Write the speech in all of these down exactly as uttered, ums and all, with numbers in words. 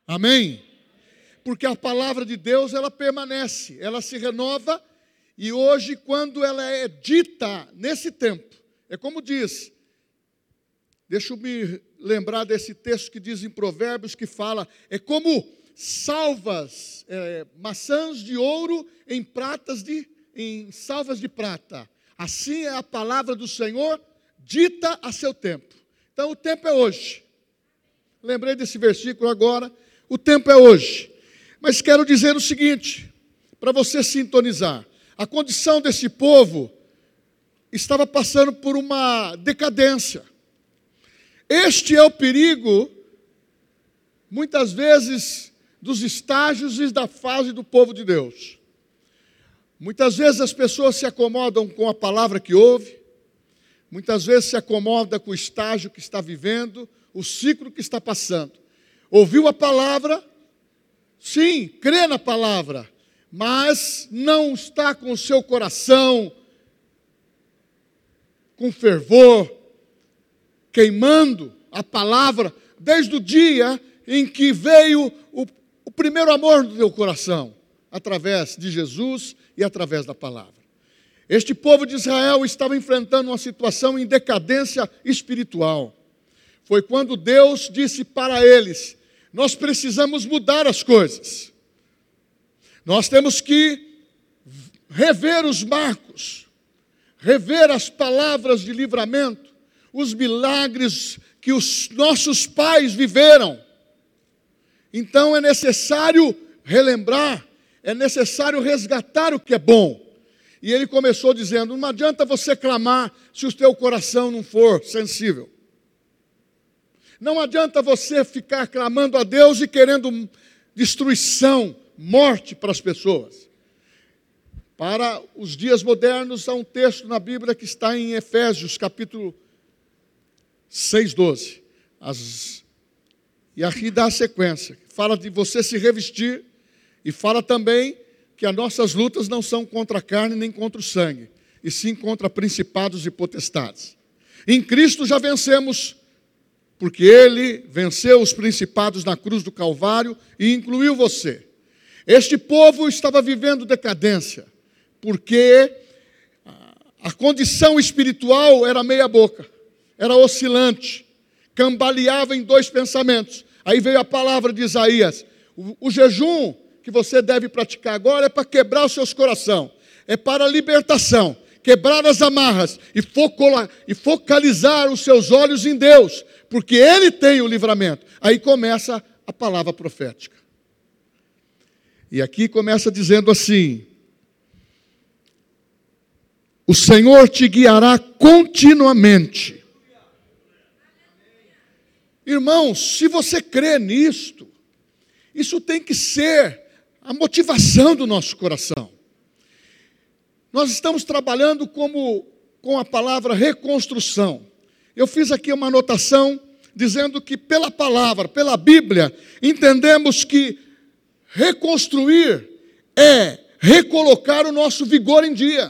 Amém? Porque a palavra de Deus, ela permanece, ela se renova, e hoje, quando ela é dita nesse tempo, é como diz, deixa eu me lembrar desse texto que diz em Provérbios, que fala, é como salvas, é, maçãs de ouro em pratas de, em salvas de prata. Assim é a palavra do Senhor, dita a seu tempo. Então o tempo é hoje. Lembrei desse versículo agora, o tempo é hoje. Mas quero dizer o seguinte, para você sintonizar, a condição desse povo estava passando por uma decadência. Este é o perigo, muitas vezes, dos estágios e da fase do povo de Deus. Muitas vezes as pessoas se acomodam com a palavra que ouve, muitas vezes se acomodam com o estágio que está vivendo, o ciclo que está passando. Ouviu a palavra, sim, crê na palavra, mas não está com o seu coração com fervor, queimando a palavra, desde o dia em que veio o, o primeiro amor do teu coração, através de Jesus e através da palavra. Este povo de Israel estava enfrentando uma situação em decadência espiritual. Foi quando Deus disse para eles, nós precisamos mudar as coisas. Nós temos que rever os marcos, rever as palavras de livramento, os milagres que os nossos pais viveram. Então é necessário relembrar, é necessário resgatar o que é bom. E ele começou dizendo, não adianta você clamar se o teu coração não for sensível. Não adianta você ficar clamando a Deus e querendo destruição, morte para as pessoas. Para os dias modernos, há um texto na Bíblia que está em Efésios, capítulo seis, doze. As... E aqui dá a sequência. Fala de você se revestir e fala também que as nossas lutas não são contra a carne nem contra o sangue, e sim contra principados e potestades. Em Cristo já vencemos, porque Ele venceu os principados na cruz do Calvário e incluiu você. Este povo estava vivendo decadência, porque a condição espiritual era meia boca, era oscilante, cambaleava em dois pensamentos. Aí veio a palavra de Isaías, o, o jejum que você deve praticar agora é para quebrar os seus corações, é para a libertação, quebrar as amarras e, focola, e focalizar os seus olhos em Deus, porque Ele tem o livramento. Aí começa a palavra profética. E aqui começa dizendo assim, o Senhor te guiará continuamente. Irmãos, se você crê nisto, isso tem que ser a motivação do nosso coração. Nós estamos trabalhando como, com a palavra reconstrução. Eu fiz aqui uma anotação dizendo que pela palavra, pela Bíblia, entendemos que reconstruir é recolocar o nosso vigor em dia.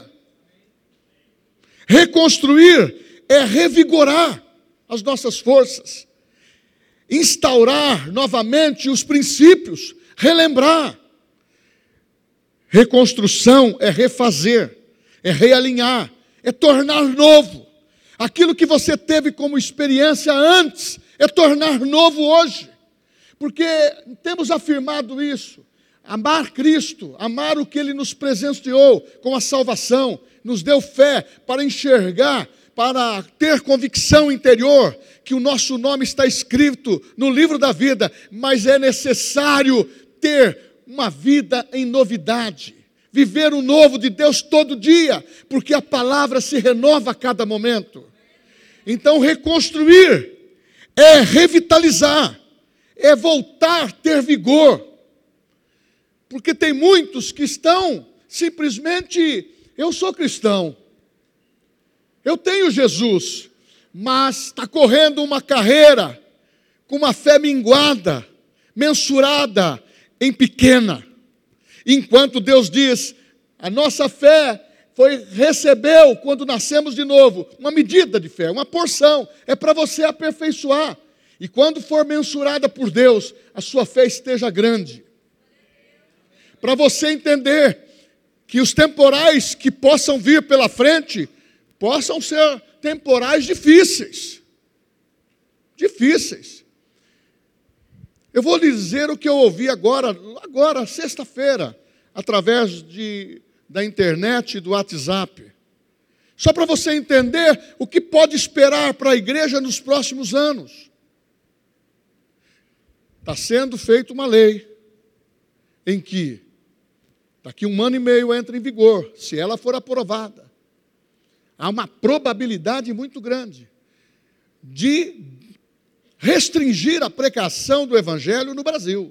Reconstruir é revigorar as nossas forças. Instaurar novamente os princípios, relembrar. Reconstrução é refazer, é realinhar, é tornar novo. Aquilo que você teve como experiência antes, é tornar novo hoje. Porque temos afirmado isso, amar Cristo, amar o que Ele nos presenteou com a salvação, nos deu fé para enxergar, para ter convicção interior, que o nosso nome está escrito no livro da vida, mas é necessário ter uma vida em novidade, viver o novo de Deus todo dia, porque a palavra se renova a cada momento. Então reconstruir é revitalizar, é voltar a ter vigor, porque tem muitos que estão simplesmente, eu sou cristão, eu tenho Jesus, mas está correndo uma carreira com uma fé minguada, mensurada em pequena. Enquanto Deus diz, a nossa fé foi, recebeu, quando nascemos de novo, uma medida de fé, uma porção, é para você aperfeiçoar. E quando for mensurada por Deus, a sua fé esteja grande. Para você entender que os temporais que possam vir pela frente, possam ser temporais difíceis. Difíceis. Eu vou lhe dizer o que eu ouvi agora, agora, sexta-feira, através de, da internet e do WhatsApp. Só para você entender o que pode esperar para a igreja nos próximos anos. Está sendo feita uma lei em que daqui um ano e meio entra em vigor, se ela for aprovada. Há uma probabilidade muito grande de restringir a pregação do Evangelho no Brasil.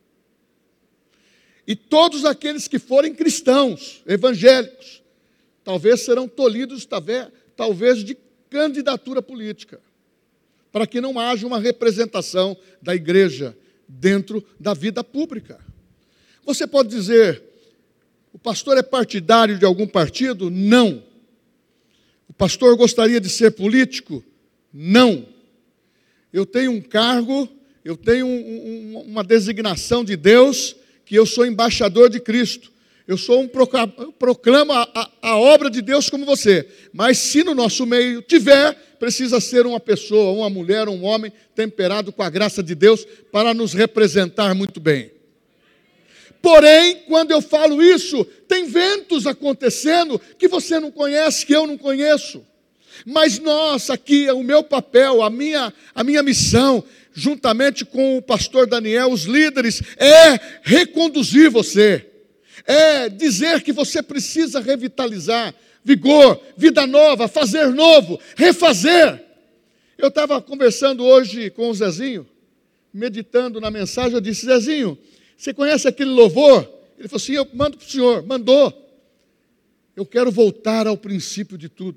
E todos aqueles que forem cristãos, evangélicos, talvez serão tolhidos, talvez, de candidatura política, para que não haja uma representação da igreja dentro da vida pública. Você pode dizer, o pastor é partidário de algum partido? Não. O pastor gostaria de ser político? Não. Eu tenho um cargo, eu tenho um, um, uma designação de Deus, que eu sou embaixador de Cristo. Eu sou um proclamo, eu proclamo a, a, a obra de Deus como você. Mas se no nosso meio tiver, precisa ser uma pessoa, uma mulher, um homem temperado com a graça de Deus para nos representar muito bem. Porém, quando eu falo isso, tem ventos acontecendo que você não conhece, que eu não conheço. Mas nós aqui, o meu papel, a minha, a minha missão, juntamente com o pastor Daniel, os líderes, é reconduzir você. É dizer que você precisa revitalizar, vigor, vida nova, fazer novo, refazer. Eu estava conversando hoje com o Zezinho, meditando na mensagem, eu disse, Zezinho, você conhece aquele louvor? Ele falou assim, eu mando para o senhor, mandou. Eu quero voltar ao princípio de tudo.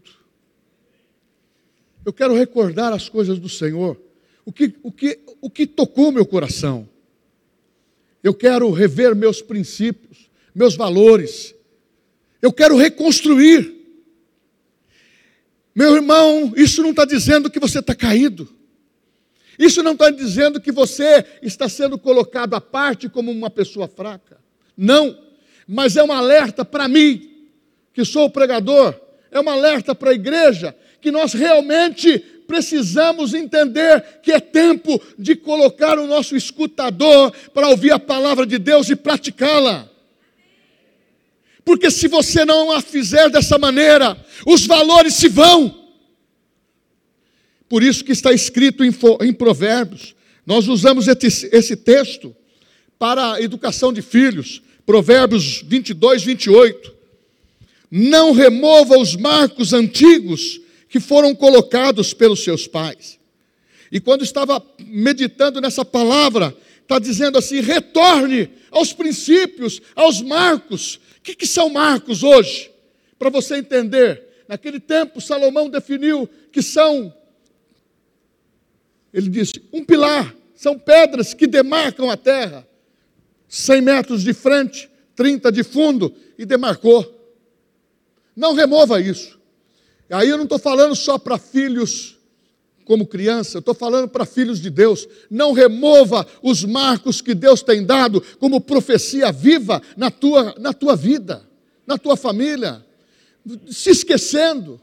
Eu quero recordar as coisas do Senhor, o que, o que, o que tocou meu coração. Eu quero rever meus princípios, meus valores. Eu quero reconstruir. Meu irmão, isso não está dizendo que você está caído. Isso não está dizendo que você está sendo colocado à parte como uma pessoa fraca. Não, mas é um alerta para mim, que sou o pregador, é um alerta para a igreja, que nós realmente precisamos entender que é tempo de colocar o nosso escutador para ouvir a palavra de Deus e praticá-la. Porque se você não a fizer dessa maneira, os valores se vão. Por isso que está escrito em, em Provérbios, nós usamos esse, esse texto para a educação de filhos, Provérbios vinte e dois, vinte e oito. Não remova os marcos antigos que foram colocados pelos seus pais. E quando estava meditando nessa palavra, está dizendo assim, retorne aos princípios, aos marcos. O que, que são marcos hoje? Para você entender, naquele tempo Salomão definiu que são, ele disse, um pilar, são pedras que demarcam a terra, cem metros de frente, trinta de fundo, e demarcou. Não remova isso. Aí eu não estou falando só para filhos como criança, eu estou falando para filhos de Deus. Não remova os marcos que Deus tem dado como profecia viva na tua, na tua vida, na tua família, se esquecendo.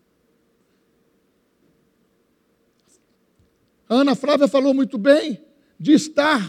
A Ana Flávia falou muito bem de estar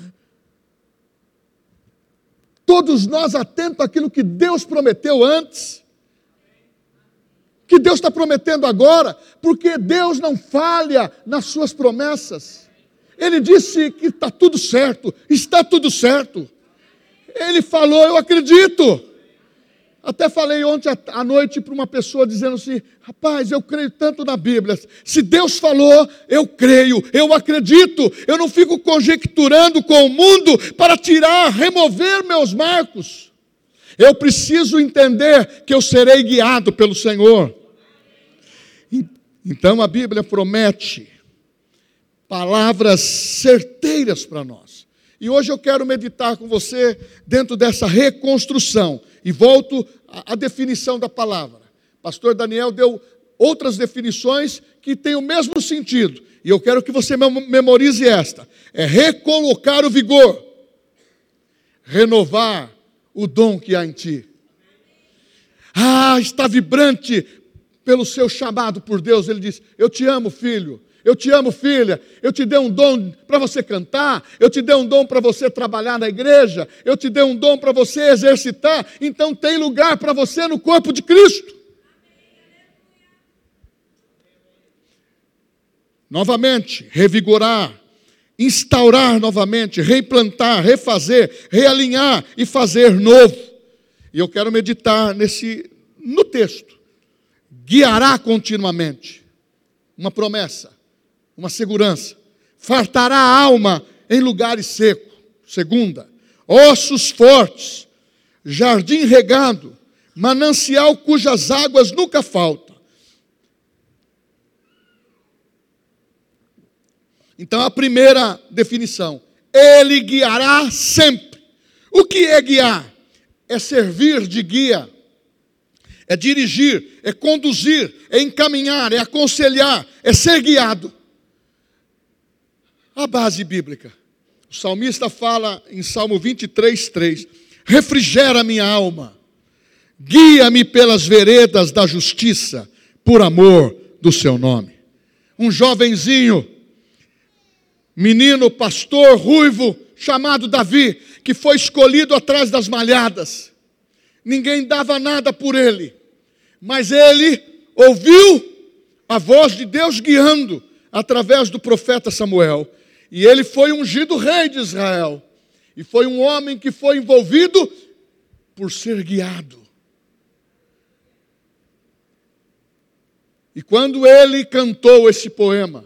todos nós atentos àquilo que Deus prometeu antes, que Deus está prometendo agora, porque Deus não falha nas suas promessas. Ele disse que está tudo certo, está tudo certo. Ele falou, eu acredito. Até falei ontem à noite para uma pessoa dizendo assim, rapaz, eu creio tanto na Bíblia. Se Deus falou, eu creio, eu acredito. Eu não fico conjecturando com o mundo para tirar, remover meus marcos. Eu preciso entender que eu serei guiado pelo Senhor. Então a Bíblia promete palavras certeiras para nós. E hoje eu quero meditar com você dentro dessa reconstrução. E volto à definição da palavra. Pastor Daniel deu outras definições que têm o mesmo sentido. E eu quero que você memorize esta: é recolocar o vigor, renovar o dom que há em ti. Ah, está vibrante pelo seu chamado por Deus. Ele diz: eu te amo, filho. Eu te amo, filha. Eu te dei um dom para você cantar. Eu te dei um dom para você trabalhar na igreja. Eu te dei um dom para você exercitar. Então tem lugar para você no corpo de Cristo. Novamente, revigorar, instaurar novamente, reimplantar, refazer, realinhar e fazer novo. E eu quero meditar nesse, no texto. Guiará continuamente. Uma promessa, uma segurança. Fartará a alma em lugares secos. Segunda, ossos fortes, jardim regado, manancial cujas águas nunca faltam. Então, a primeira definição: ele guiará sempre. O que é guiar? É servir de guia, é dirigir, é conduzir, é encaminhar, é aconselhar, é ser guiado. A base bíblica. O salmista fala em Salmo vinte e três, três: refrigera minha alma, guia-me pelas veredas da justiça, por amor do seu nome. Um jovenzinho, menino, pastor, ruivo, chamado Davi, que foi escolhido atrás das malhadas. Ninguém dava nada por ele, mas ele ouviu a voz de Deus guiando através do profeta Samuel. E ele foi ungido rei de Israel. E foi um homem que foi envolvido por ser guiado. E quando ele cantou esse poema,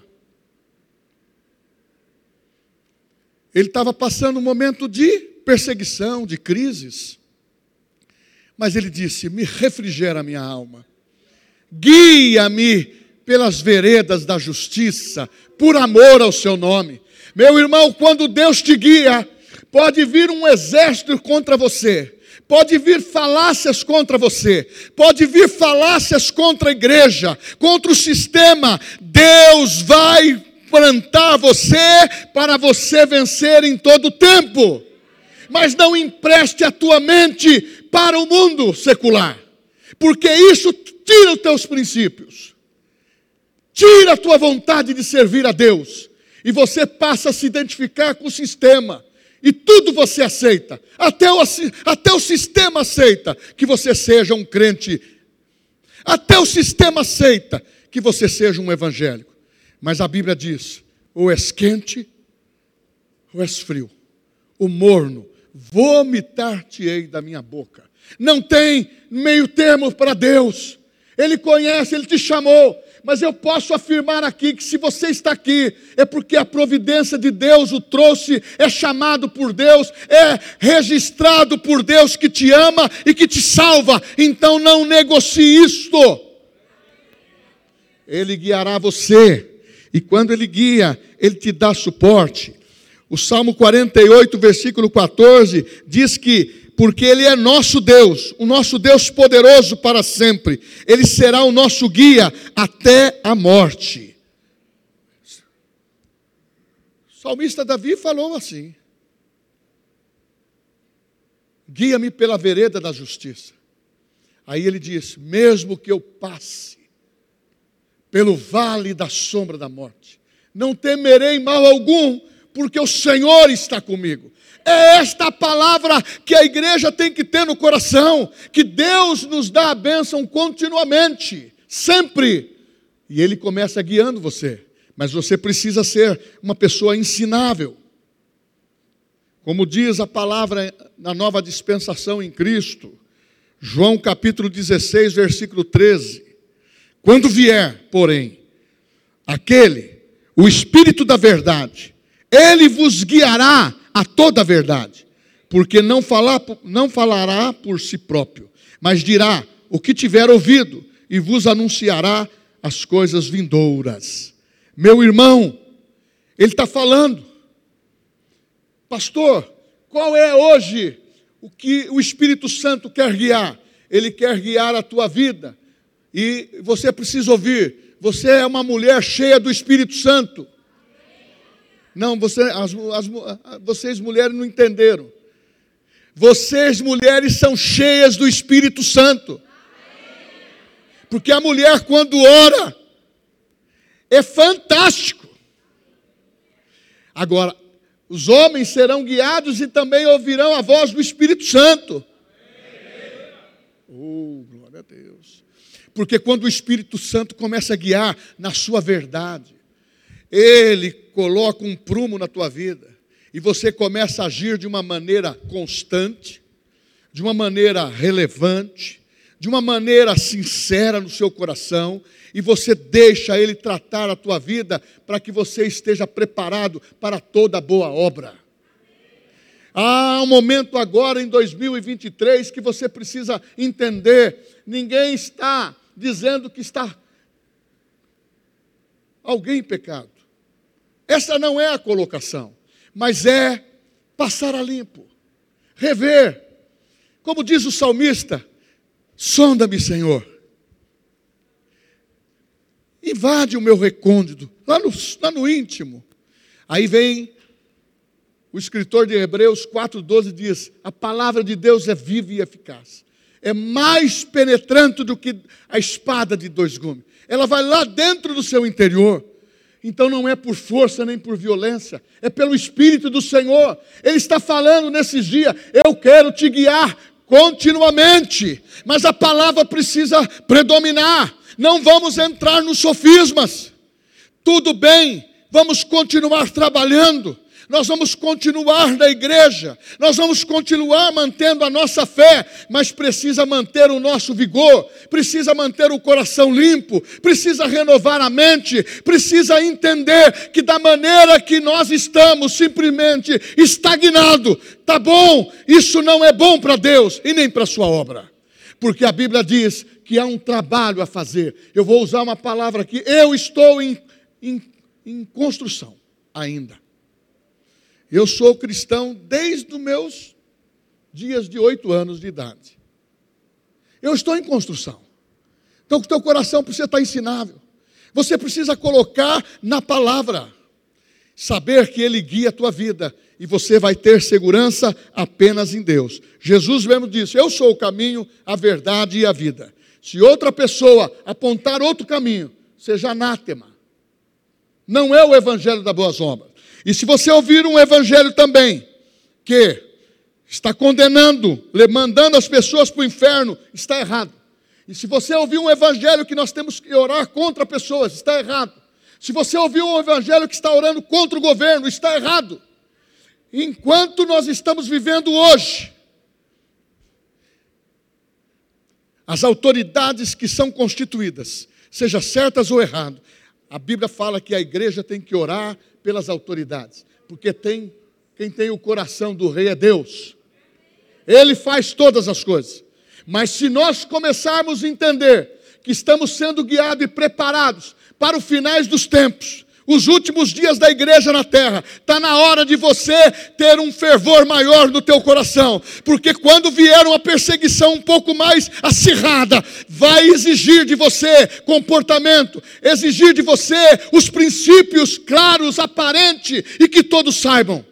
ele estava passando um momento de perseguição, de crises. Mas ele disse: me refrigera a minha alma. Guia-me pelas veredas da justiça, por amor ao seu nome. Meu irmão, quando Deus te guia, pode vir um exército contra você. Pode vir falácias contra você. Pode vir falácias contra a igreja, contra o sistema. Deus vai plantar você para você vencer em todo o tempo. Mas não empreste a tua mente para o mundo secular, porque isso tira os teus princípios, tira a tua vontade de servir a Deus, e você passa a se identificar com o sistema, e tudo você aceita, até o, até o sistema aceita que você seja um crente, até o sistema aceita que você seja um evangélico. Mas a Bíblia diz: ou és quente, ou és frio. O morno, vomitar-te-ei da minha boca. Não tem meio termo para Deus. Ele conhece, Ele te chamou. Mas eu posso afirmar aqui que se você está aqui, é porque a providência de Deus o trouxe, é chamado por Deus, é registrado por Deus que te ama e que te salva. Então não negocie isto. Ele guiará você. E quando Ele guia, Ele te dá suporte. O Salmo quarenta e oito, versículo quatorze, diz que, porque Ele é nosso Deus, o nosso Deus poderoso para sempre, Ele será o nosso guia até a morte. O salmista Davi falou assim: guia-me pela vereda da justiça. Aí ele diz: mesmo que eu passe pelo vale da sombra da morte, não temerei mal algum, porque o Senhor está comigo. É esta a palavra que a igreja tem que ter no coração, que Deus nos dá a bênção continuamente, sempre. E Ele começa guiando você, mas você precisa ser uma pessoa ensinável. Como diz a palavra na nova dispensação em Cristo, João capítulo dezesseis, versículo treze. Quando vier, porém, aquele, o Espírito da verdade, Ele vos guiará a toda a verdade, porque não, falar, não falará por si próprio, mas dirá o que tiver ouvido e vos anunciará as coisas vindouras. Meu irmão, ele está falando: pastor, qual é hoje o que o Espírito Santo quer guiar? Ele quer guiar a tua vida. E você precisa ouvir: Você é uma mulher cheia do Espírito Santo. Não, você, as, as, vocês mulheres não entenderam. Vocês mulheres são cheias do Espírito Santo. Porque a mulher quando ora, é fantástico. Agora, os homens serão guiados e também ouvirão a voz do Espírito Santo. Oh, glória a Deus. Porque quando o Espírito Santo começa a guiar na sua verdade, ele coloca um prumo na tua vida e você começa a agir de uma maneira constante, de uma maneira relevante, de uma maneira sincera no seu coração, e você deixa ele tratar a tua vida para que você esteja preparado para toda boa obra. Há um momento agora em dois mil e vinte e três que você precisa entender, ninguém está dizendo que está alguém em pecado. Essa não é a colocação, mas é passar a limpo, rever. Como diz o salmista, sonda-me, Senhor. Invade o meu recôndito, lá no, lá no íntimo. Aí vem o escritor de Hebreus quatro, doze diz, a palavra de Deus é viva e eficaz. É mais penetrante do que a espada de dois gumes. Ela vai lá dentro do seu interior. Então não é por força nem por violência, é pelo Espírito do Senhor. Ele está falando nesses dias, eu quero te guiar continuamente, mas a palavra precisa predominar. Não vamos entrar nos sofismas. Tudo bem, vamos continuar trabalhando. Nós vamos continuar na igreja, nós vamos continuar mantendo a nossa fé, mas precisa manter o nosso vigor, precisa manter o coração limpo, precisa renovar a mente, precisa entender que da maneira que nós estamos, simplesmente estagnado, tá bom, isso não é bom para Deus e nem para a sua obra, porque a Bíblia diz que há um trabalho a fazer. Eu vou usar uma palavra aqui, eu estou em, em, em construção ainda. Eu sou cristão desde os meus dias de oito anos de idade. Eu estou em construção. Então o teu coração precisa estar ensinável. Você precisa colocar na palavra. Saber que Ele guia a tua vida. E você vai ter segurança apenas em Deus. Jesus mesmo disse, eu sou o caminho, a verdade e a vida. Se outra pessoa apontar outro caminho, seja anátema. Não é o evangelho das boas obras. E se você ouvir um evangelho também, que está condenando, mandando as pessoas para o inferno, está errado. E se você ouvir um evangelho que nós temos que orar contra pessoas, está errado. Se você ouvir um evangelho que está orando contra o governo, está errado. Enquanto nós estamos vivendo hoje, as autoridades que são constituídas, seja certas ou erradas, a Bíblia fala que a igreja tem que orar pelas autoridades, porque tem, quem tem o coração do rei é Deus. Ele faz todas as coisas. Mas se nós começarmos a entender que estamos sendo guiados e preparados para os finais dos tempos, os últimos dias da igreja na terra, está na hora de você ter um fervor maior no teu coração, porque quando vier uma perseguição um pouco mais acirrada, vai exigir de você comportamento, exigir de você os princípios claros, aparentes e que todos saibam.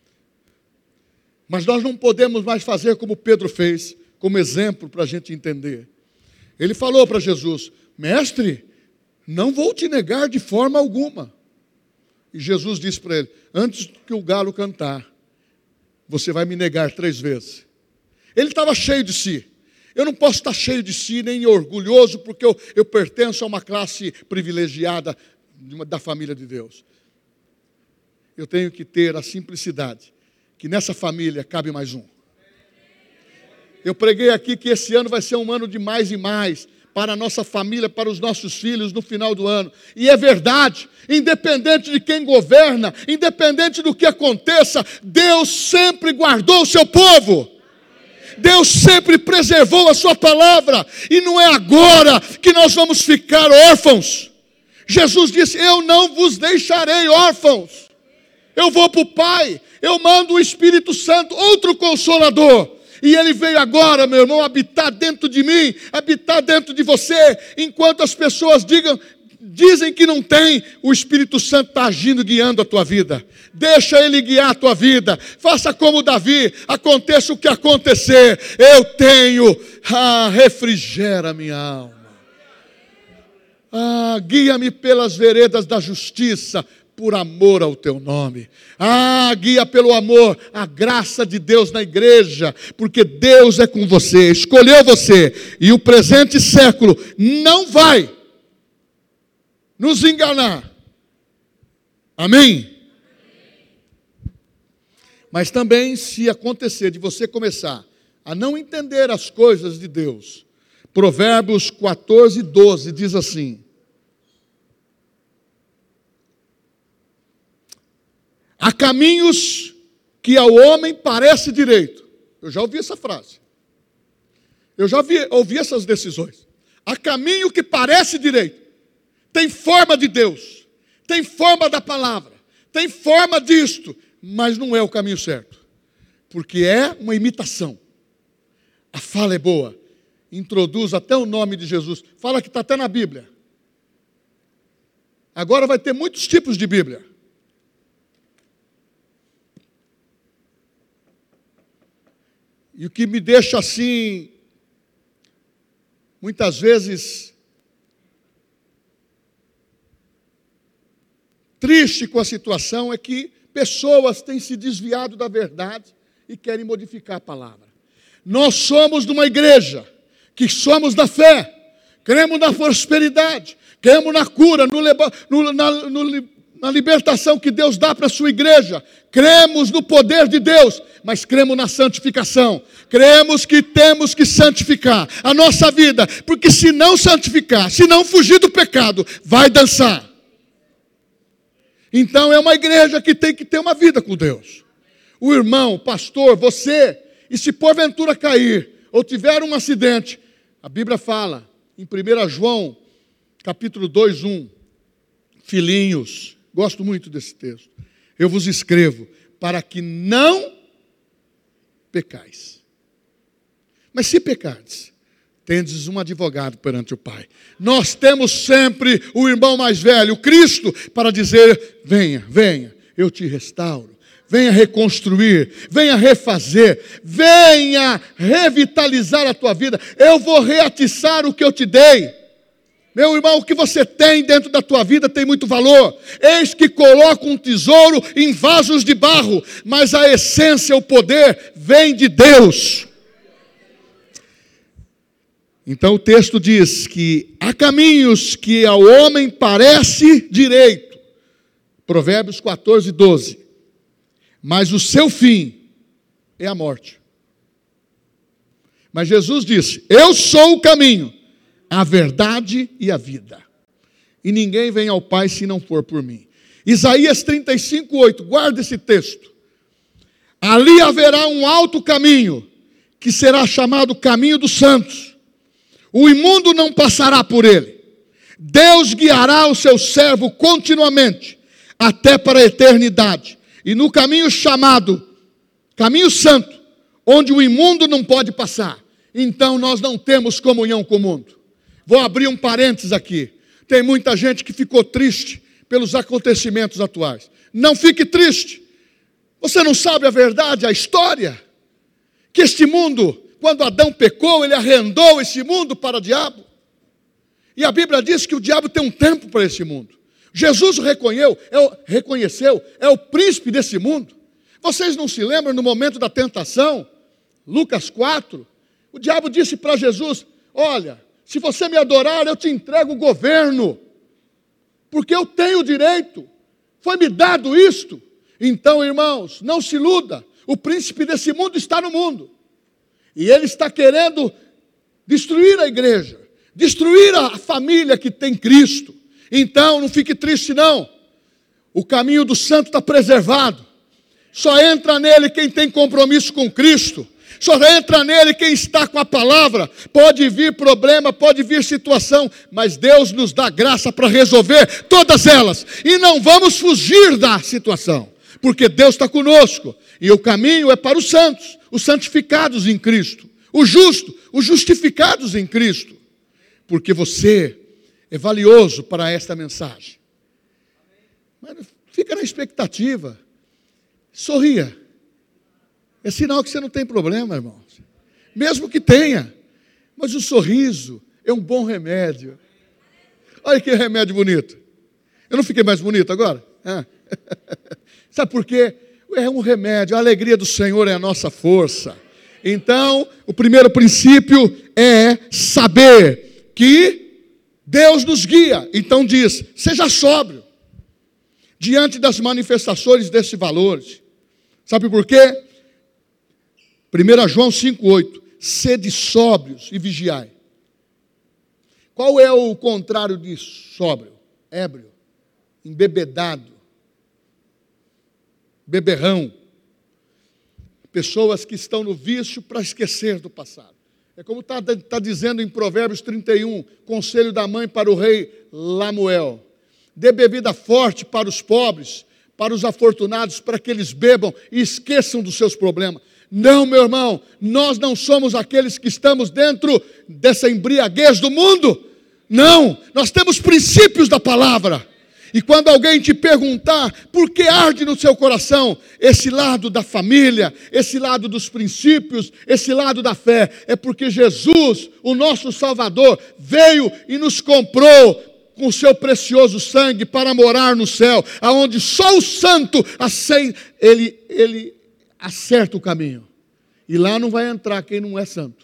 Mas nós não podemos mais fazer como Pedro fez, como exemplo para a gente entender. Ele falou para Jesus, mestre, não vou te negar de forma alguma. E Jesus disse para ele, antes que o galo cantar, você vai me negar três vezes. Ele estava cheio de si. Eu não posso estar cheio de si, nem orgulhoso, porque eu, eu pertenço a uma classe privilegiada de uma, da família de Deus. Eu tenho que ter a simplicidade, que nessa família cabe mais um. Eu preguei aqui que esse ano vai ser um ano de mais e mais, para a nossa família, para os nossos filhos no final do ano. E é verdade, independente de quem governa, independente do que aconteça, Deus sempre guardou o seu povo. Deus sempre preservou a sua palavra. E não é agora que nós vamos ficar órfãos. Jesus disse, eu não vos deixarei órfãos. Eu vou para o Pai, eu mando o Espírito Santo, outro Consolador. E Ele veio agora, meu irmão, habitar dentro de mim, habitar dentro de você, enquanto as pessoas digam, dizem que não tem, o Espírito Santo está agindo, guiando a tua vida. Deixa Ele guiar a tua vida. Faça como Davi, aconteça o que acontecer, eu tenho, ah, refrigera minha alma. Ah, guia-me pelas veredas da justiça, por amor ao teu nome. Ah, guia pelo amor, a graça de Deus na igreja, porque Deus é com você, escolheu você, e o presente século não vai nos enganar. Amém? Mas também, se acontecer de você começar a não entender as coisas de Deus, Provérbios quatorze, doze diz assim: há caminhos que ao homem parece direito. Eu já ouvi essa frase. Eu já vi, ouvi essas decisões. Há caminho que parece direito. Tem forma de Deus. Tem forma da palavra. Tem forma disto. Mas não é o caminho certo. Porque é uma imitação. A fala é boa. Introduz até o nome de Jesus. Fala que está até na Bíblia. Agora vai ter muitos tipos de Bíblia. E o que me deixa assim, muitas vezes, triste com a situação, é que pessoas têm se desviado da verdade e querem modificar a palavra. Nós somos de uma igreja que somos da fé, cremos na prosperidade, cremos na cura, no, no, na, no, na libertação que Deus dá para a sua igreja, cremos no poder de Deus, mas cremos na santificação, cremos que temos que santificar a nossa vida, porque se não santificar, se não fugir do pecado, vai dançar. Então é uma igreja que tem que ter uma vida com Deus. O irmão, o pastor, você, e se porventura cair, ou tiver um acidente, a Bíblia fala, em primeiro João, capítulo dois, um, filhinhos, gosto muito desse texto, eu vos escrevo, para que não pecais. Mas se pecardes, tendes um advogado perante o Pai. Nós temos sempre o irmão mais velho, o Cristo, para dizer, venha, venha, eu te restauro. Venha reconstruir, venha refazer, venha revitalizar a tua vida. Eu vou reatiçar o que eu te dei. Meu irmão, o que você tem dentro da tua vida tem muito valor. Eis que coloco um tesouro em vasos de barro, mas a essência, o poder, vem de Deus. Então o texto diz que há caminhos que ao homem parece direito. Provérbios quatorze, doze. Mas o seu fim é a morte. Mas Jesus disse, eu sou o caminho, a verdade e a vida. E ninguém vem ao Pai se não for por mim. Isaías trinta e cinco, oito, guarda esse texto. Ali haverá um alto caminho, que será chamado caminho dos santos. O imundo não passará por ele. Deus guiará o seu servo continuamente, até para a eternidade. E no caminho chamado, caminho santo, onde o imundo não pode passar. Então nós não temos comunhão com o mundo. Vou abrir um parênteses aqui. Tem muita gente que ficou triste pelos acontecimentos atuais. Não fique triste. Você não sabe a verdade, a história? Que este mundo, quando Adão pecou, ele arrendou esse mundo para o diabo. E a Bíblia diz que o diabo tem um tempo para esse mundo. Jesus reconheceu, é o, reconheceu, é o príncipe desse mundo. Vocês não se lembram no momento da tentação? Lucas quatro. O diabo disse para Jesus, olha, se você me adorar, eu te entrego o governo. Porque eu tenho o direito. Foi-me dado isto. Então, irmãos, não se iluda. O príncipe desse mundo está no mundo. E ele está querendo destruir a igreja. Destruir a família que tem Cristo. Então, não fique triste não. O caminho do santo está preservado. Só entra nele quem tem compromisso com Cristo. Só entra nele quem está com a palavra. Pode vir problema, pode vir situação, mas Deus nos dá graça para resolver todas elas. E não vamos fugir da situação, porque Deus está conosco. E o caminho é para os santos, os santificados em Cristo. Os justos, os justificados em Cristo. Porque você é valioso para esta mensagem. Mas fica na expectativa. Sorria. É sinal que você não tem problema, irmãos. Mesmo que tenha. Mas o sorriso é um bom remédio. Olha que remédio bonito. Eu não fiquei mais bonito agora? Ah. Sabe por quê? É um remédio. A alegria do Senhor é a nossa força. Então, o primeiro princípio é saber que Deus nos guia. Então diz, seja sóbrio diante das manifestações desses valores. Sabe por quê? primeiro João cinco, oito. Sede sóbrios e vigiai. Qual é o contrário de sóbrio? Ébrio, embebedado, beberrão. Pessoas que estão no vício para esquecer do passado. É como está tá dizendo em Provérbios trinta e um, conselho da mãe para o rei Lamuel. Dê bebida forte para os pobres, para os afortunados, para que eles bebam e esqueçam dos seus problemas. Não, meu irmão, nós não somos aqueles que estamos dentro dessa embriaguez do mundo. Não, nós temos princípios da palavra. E quando alguém te perguntar por que arde no seu coração esse lado da família, esse lado dos princípios, esse lado da fé, é porque Jesus, o nosso Salvador, veio e nos comprou com o seu precioso sangue para morar no céu, aonde só o santo aceita, ele, ele acerta o caminho. E lá não vai entrar quem não é santo.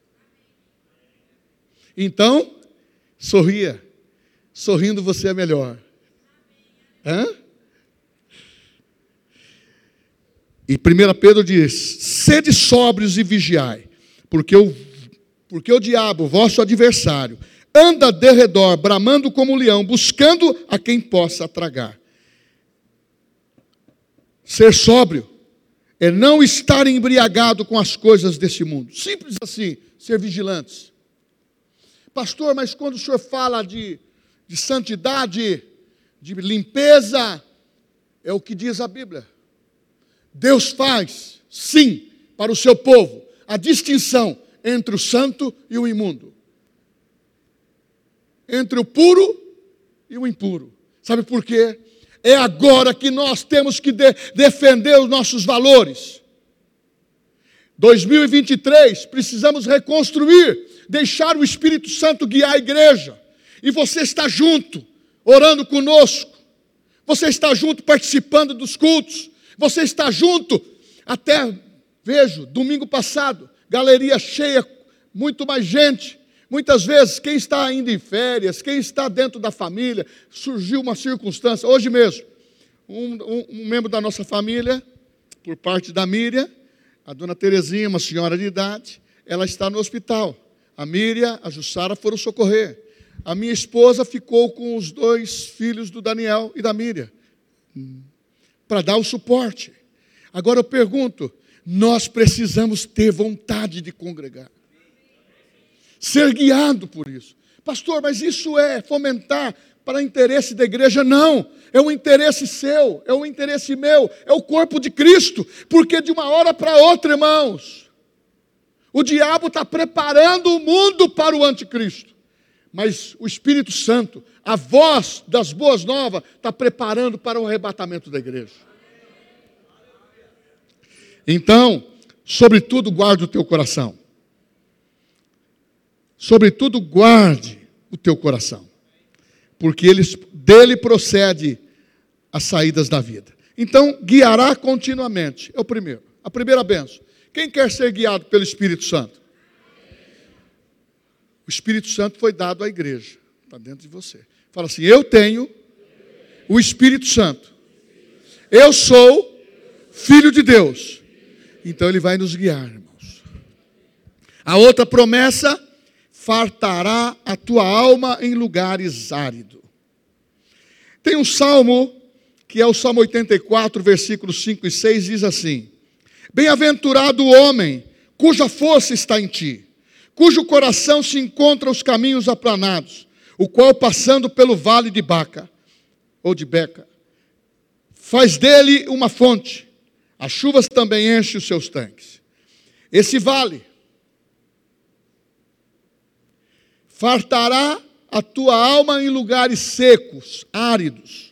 Então, sorria. Sorrindo você é melhor. Hã? E primeiro Pedro diz, sede sóbrios e vigiai, porque o, porque o diabo, vosso adversário, anda de redor, bramando como um leão, buscando a quem possa tragar. Ser sóbrio é não estar embriagado com as coisas desse mundo. Simples assim, ser vigilantes. Pastor, mas quando o senhor fala de, de santidade, de limpeza, é o que diz a Bíblia. Deus faz, sim, para o seu povo, a distinção entre o santo e o imundo. Entre o puro e o impuro. Sabe por quê? É agora que nós temos que de- defender os nossos valores. dois mil e vinte e três, precisamos reconstruir, deixar o Espírito Santo guiar a igreja. E você está junto, orando conosco. Você está junto, participando dos cultos. Você está junto, até, vejo, domingo passado, galeria cheia, muito mais gente. Muitas vezes, quem está ainda em férias, quem está dentro da família, surgiu uma circunstância. Hoje mesmo, um, um, um membro da nossa família, por parte da Miriam, a dona Terezinha, uma senhora de idade, ela está no hospital. A Miriam, a Jussara foram socorrer. A minha esposa ficou com os dois filhos do Daniel e da Miriam, para dar o suporte. Agora eu pergunto, nós precisamos ter vontade de congregar. Ser guiado por isso. Pastor, mas isso é fomentar para interesse da igreja? Não, é um interesse seu, é um interesse meu, é o corpo de Cristo, porque de uma hora para outra, irmãos, o diabo está preparando o mundo para o anticristo, mas o Espírito Santo, a voz das boas novas, está preparando para o arrebatamento da igreja. Então, sobretudo guarda o teu coração. Sobretudo guarde o teu coração, porque ele, dele procede as saídas da vida. Então, guiará continuamente, é o primeiro, a primeira bênção. Quem quer ser guiado pelo Espírito Santo? O Espírito Santo foi dado à igreja, está dentro de você. Fala assim, eu tenho o Espírito Santo, eu sou filho de Deus, então ele vai nos guiar, irmãos. A outra promessa, fartará a tua alma em lugares áridos. Tem um salmo, que é o Salmo oitenta e quatro, versículos cinco e seis, diz assim, bem-aventurado o homem, cuja força está em ti, cujo coração se encontra os caminhos aplanados, o qual passando pelo vale de Baca, ou de Beca, faz dele uma fonte, as chuvas também enchem os seus tanques. Esse vale fartará a tua alma em lugares secos, áridos.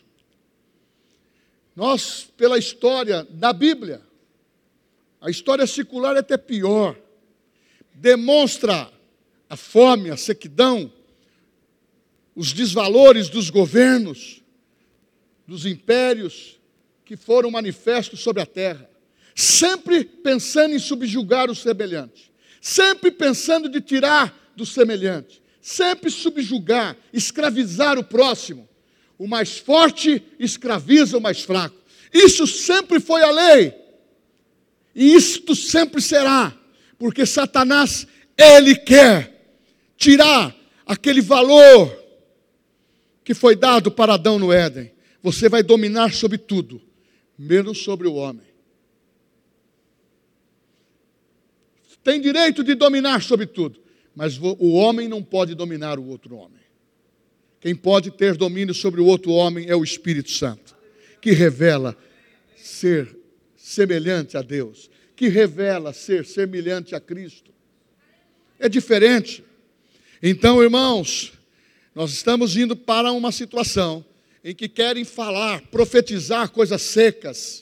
Nós, pela história da Bíblia, a história secular é até pior, demonstra a fome, a sequidão, os desvalores dos governos, dos impérios que foram manifestos sobre a terra, sempre pensando em subjugar o semelhante, sempre pensando de tirar do semelhante, sempre subjugar, escravizar o próximo. O mais forte escraviza o mais fraco. Isso sempre foi a lei. E isto sempre será, porque Satanás, ele quer tirar aquele valor que foi dado para Adão no Éden. Você vai dominar sobre tudo, menos sobre o homem. Tem direito de dominar sobre tudo, mas o homem não pode dominar o outro homem. Quem pode ter domínio sobre o outro homem é o Espírito Santo, que revela ser semelhante a Deus, que revela ser semelhante a Cristo. É diferente. Então, irmãos, nós estamos indo para uma situação em que querem falar, profetizar coisas secas,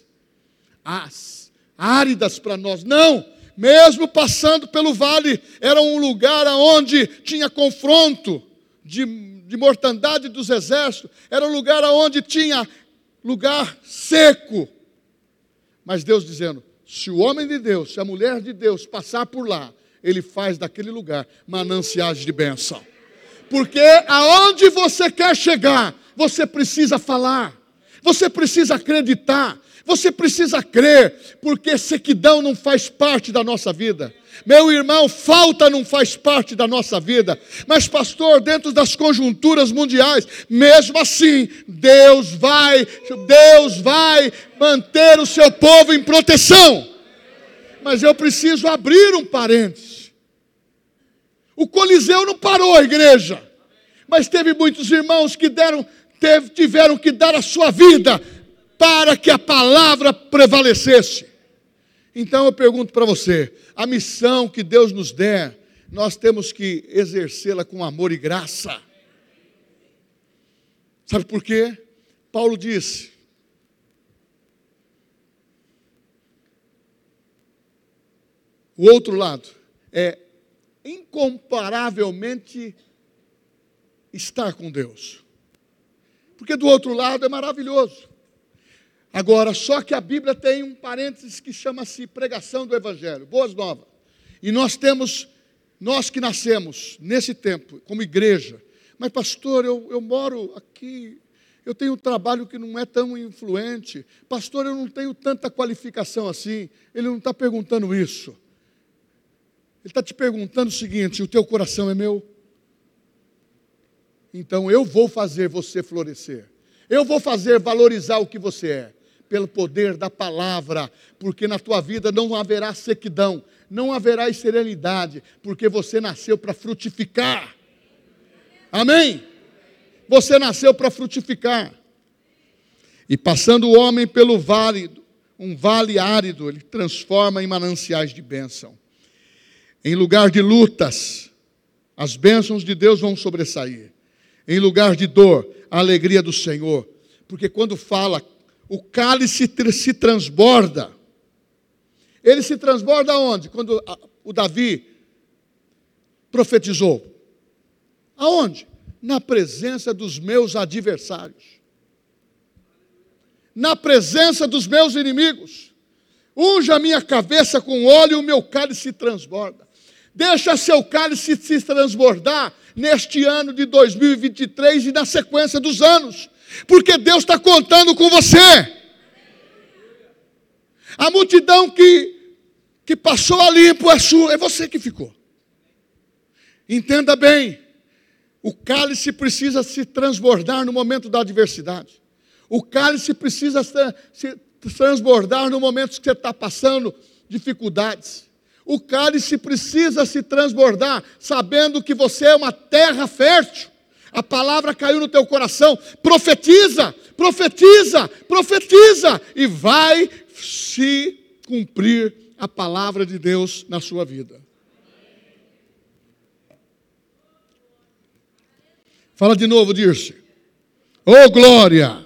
áridas para nós. Não! Mesmo passando pelo vale, era um lugar onde tinha confronto de, de mortandade dos exércitos, era um lugar onde tinha lugar seco. Mas Deus dizendo, se o homem de Deus, se a mulher de Deus passar por lá, ele faz daquele lugar mananciais de bênção. Porque aonde você quer chegar, você precisa falar, você precisa acreditar, você precisa crer, porque sequidão não faz parte da nossa vida. Meu irmão, falta não faz parte da nossa vida. Mas pastor, dentro das conjunturas mundiais, mesmo assim, Deus vai, Deus vai manter o seu povo em proteção. Mas eu preciso abrir um parênteses. O Coliseu não parou a igreja, mas teve muitos irmãos que deram, teve, tiveram que dar a sua vida para que a palavra prevalecesse. Então eu pergunto para você, a missão que Deus nos der, nós temos que exercê-la com amor e graça. Sabe por quê? Paulo disse, o outro lado é incomparavelmente estar com Deus. Porque do outro lado é maravilhoso. Agora, só que a Bíblia tem um parênteses que chama-se pregação do Evangelho, boas novas. E nós temos, nós que nascemos nesse tempo, como igreja, mas pastor, eu, eu moro aqui, eu tenho um trabalho que não é tão influente, pastor, eu não tenho tanta qualificação assim. Ele não está perguntando isso. Ele está te perguntando o seguinte, o teu coração é meu? Então eu vou fazer você florescer. Eu vou fazer valorizar o que você é, pelo poder da palavra, porque na tua vida não haverá sequidão, não haverá esterilidade, porque você nasceu para frutificar. Amém? Você nasceu para frutificar. E passando o homem pelo vale, um vale árido, ele transforma em mananciais de bênção. Em lugar de lutas, as bênçãos de Deus vão sobressair. Em lugar de dor, a alegria do Senhor. Porque quando fala, o cálice se transborda. Ele se transborda aonde? Quando o Davi profetizou. Aonde? Na presença dos meus adversários. Na presença dos meus inimigos. Unja a minha cabeça com óleo e o meu cálice se transborda. Deixa seu cálice se transbordar neste ano de dois mil e vinte e três e na sequência dos anos. Porque Deus está contando com você. A multidão que, que passou a limpo é sua, é você que ficou. Entenda bem, o cálice precisa se transbordar no momento da adversidade. O cálice precisa se transbordar no momento que você está passando dificuldades. O cálice precisa se transbordar, sabendo que você é uma terra fértil. A palavra caiu no teu coração. Profetiza, profetiza, profetiza. E vai se cumprir a palavra de Deus na sua vida. Fala de novo, Dirce. Oh, glória!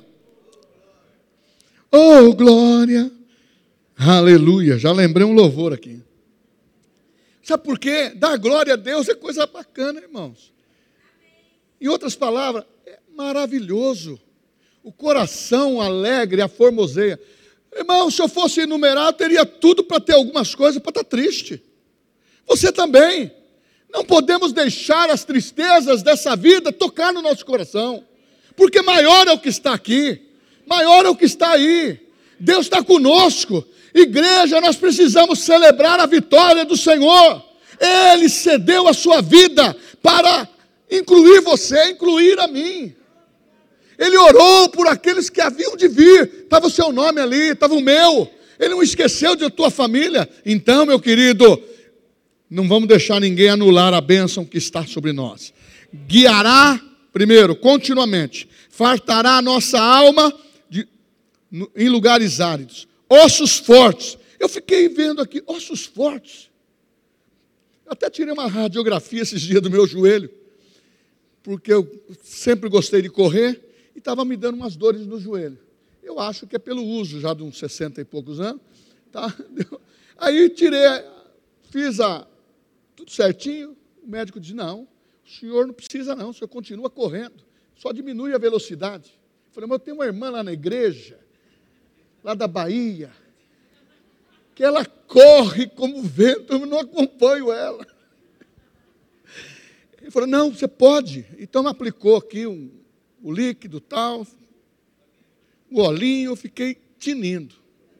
Oh, glória! Aleluia! Já lembrei um louvor aqui. Sabe por quê? Dar glória a Deus é coisa bacana, irmãos. Em outras palavras, é maravilhoso. O coração alegre, a formoseia. Irmão, se eu fosse enumerar, eu teria tudo para ter algumas coisas para estar triste. Você também. Não podemos deixar as tristezas dessa vida tocar no nosso coração. Porque maior é o que está aqui. Maior é o que está aí. Deus está conosco. Igreja, nós precisamos celebrar a vitória do Senhor. Ele cedeu a sua vida para incluir você, incluir a mim. Ele orou por aqueles que haviam de vir. Estava o seu nome ali, estava o meu. Ele não esqueceu de tua família. Então, meu querido, não vamos deixar ninguém anular a bênção que está sobre nós. Guiará, primeiro, continuamente. Fartará a nossa alma de, no, em lugares áridos. Ossos fortes. Eu fiquei vendo aqui, ossos fortes. Eu até tirei uma radiografia esses dias do meu joelho. Porque eu sempre gostei de correr. E estava me dando umas dores no joelho. Eu acho que é pelo uso já de uns sessenta e poucos anos. Tá? Aí tirei, fiz a, tudo certinho. O médico disse, não, o senhor não precisa não, o senhor continua correndo. Só diminui a velocidade. Eu falei, mas eu tenho uma irmã lá na igreja, lá da Bahia, que ela corre como vento, eu não acompanho ela. Ele falou, não, você pode. Então me aplicou aqui um o líquido tal, o olhinho, eu fiquei tinindo.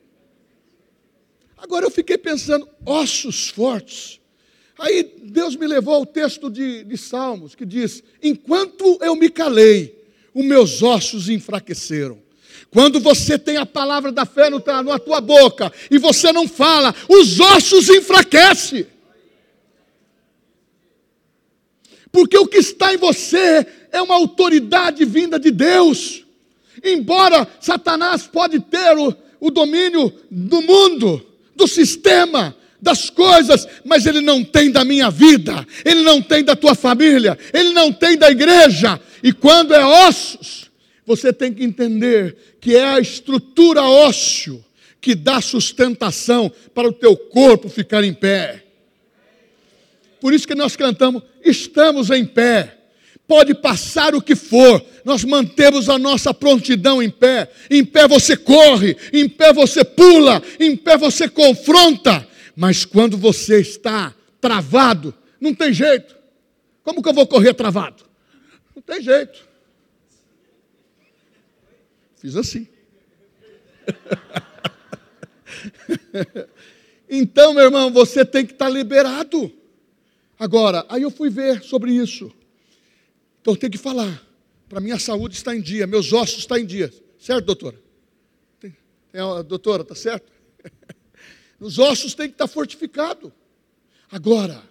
Agora eu fiquei pensando, ossos fortes. Aí Deus me levou ao texto de, de Salmos, que diz, enquanto eu me calei, os meus ossos enfraqueceram. Quando você tem a palavra da fé no, na tua boca, e você não fala, os ossos enfraquecem. Porque o que está em você é uma autoridade vinda de Deus. Embora Satanás pode ter o, o domínio do mundo, do sistema, das coisas, mas ele não tem da minha vida, ele não tem da tua família, ele não tem da igreja. E quando é ossos, você tem que entender que é a estrutura ósseo que dá sustentação para o teu corpo ficar em pé. Por isso que nós cantamos, estamos em pé. Pode passar o que for, nós mantemos a nossa prontidão em pé. Em pé você corre, em pé você pula, em pé você confronta. Mas quando você está travado, não tem jeito. Como que eu vou correr travado? Não tem jeito. Fiz assim. Então, meu irmão, você tem que estar liberado. Agora, aí eu fui ver sobre isso. Então eu tenho que falar. Para minha saúde está em dia, meus ossos estão em dia. Certo, doutora? Tem, tem a doutora, está certo? Os ossos têm que estar fortificados. Agora,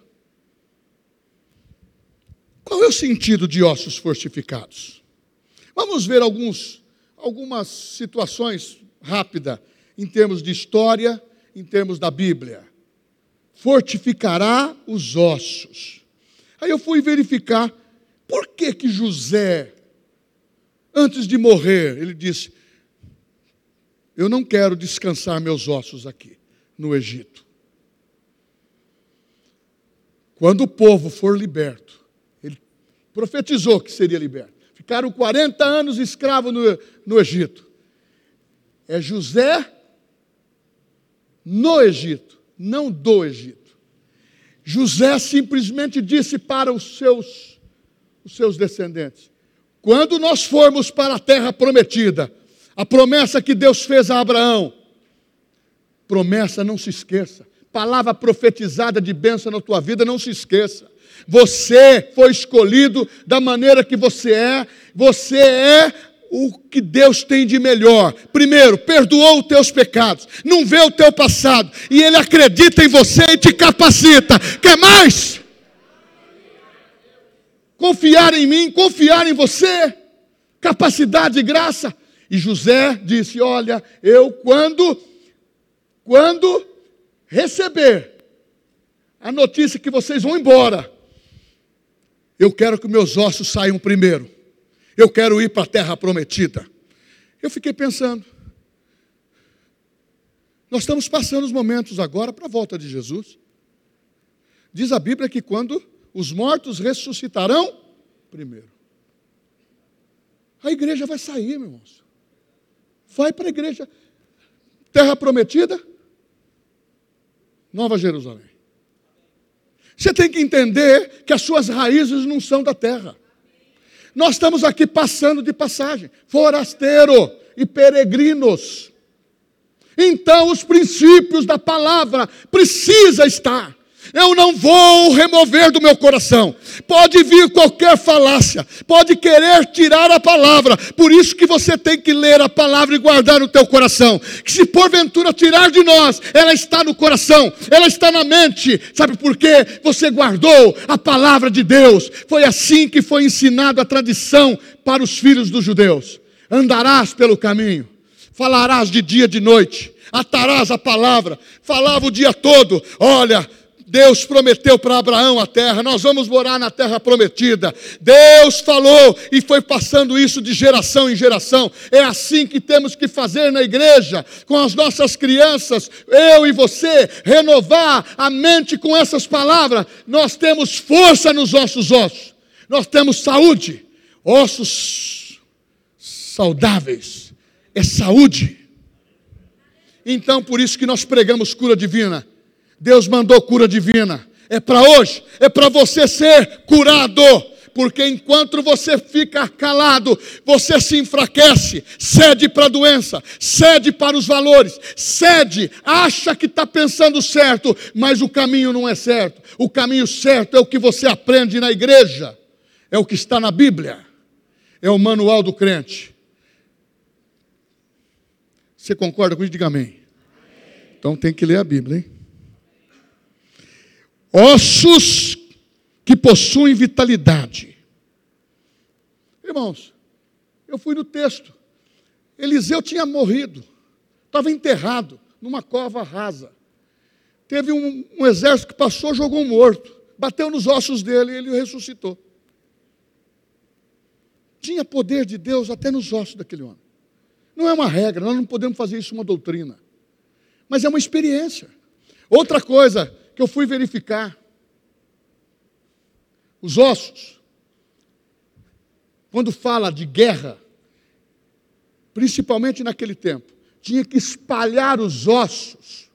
qual é o sentido de ossos fortificados? Vamos ver alguns, algumas situações rápidas, em termos de história, em termos da Bíblia. Fortificará os ossos. Aí eu fui verificar por que que José, antes de morrer, ele disse, eu não quero descansar meus ossos aqui no Egito. Quando o povo for liberto, ele profetizou que seria liberto. Ficaram quarenta anos escravos no, no Egito. É José no Egito, não do Egito. José simplesmente disse para os seus, os seus descendentes, quando nós formos para a terra prometida, a promessa que Deus fez a Abraão, promessa, não se esqueça, palavra profetizada de bênção na tua vida, não se esqueça, você foi escolhido da maneira que você é, você é o que Deus tem de melhor. Primeiro, perdoou os teus pecados, não vê o teu passado, e Ele acredita em você e te capacita. Quer mais? Confiar em mim, confiar em você, capacidade e graça. E José disse, olha, eu quando, quando receber a notícia que vocês vão embora, Eu quero que meus ossos saiam primeiro. Eu quero ir para a terra prometida. Eu fiquei pensando, nós estamos passando os momentos agora para a volta de Jesus. Diz a Bíblia que quando os mortos ressuscitarão primeiro. A igreja vai sair, meus irmãos. Vai para a igreja. Terra prometida, Nova Jerusalém. Você tem que entender que as suas raízes não são da terra. Nós estamos aqui passando de passagem, forasteiro e peregrinos. Então os princípios da palavra precisam estar. Eu não vou remover do meu coração. Pode vir qualquer falácia, pode querer tirar a palavra. Por isso que você tem que ler a palavra e guardar no teu coração. Que se porventura tirar de nós, ela está no coração, ela está na mente. Sabe por quê? Você guardou a palavra de Deus. Foi assim que foi ensinado a tradição para os filhos dos judeus. Andarás pelo caminho, falarás de dia e de noite, atarás a palavra. Falava o dia todo, olha, Deus prometeu para Abraão a terra, nós vamos morar na terra prometida. Deus falou e foi passando isso de geração em geração. É assim que temos que fazer na igreja, com as nossas crianças, eu e você, renovar a mente com essas palavras. Nós temos força nos nossos ossos, nós temos saúde, ossos saudáveis, é saúde. Então por isso que nós pregamos cura divina. Deus mandou cura divina, é para hoje, é para você ser curado, porque enquanto você fica calado, você se enfraquece, cede para a doença, cede para os valores, cede, acha que está pensando certo, mas o caminho não é certo. O caminho certo é o que você aprende na igreja, é o que está na Bíblia, é o manual do crente. Você concorda com isso? Diga amém. Então tem que ler a Bíblia, hein? Ossos que possuem vitalidade. Irmãos, eu fui no texto. Eliseu tinha morrido, estava enterrado numa cova rasa. Teve um, um exército que passou, jogou um morto, bateu nos ossos dele e ele o ressuscitou. Tinha poder de Deus até nos ossos daquele homem. Não é uma regra, nós não podemos fazer isso uma doutrina, mas é uma experiência. Outra coisa que eu fui verificar, os ossos, quando fala de guerra, principalmente naquele tempo, tinha que espalhar os ossos.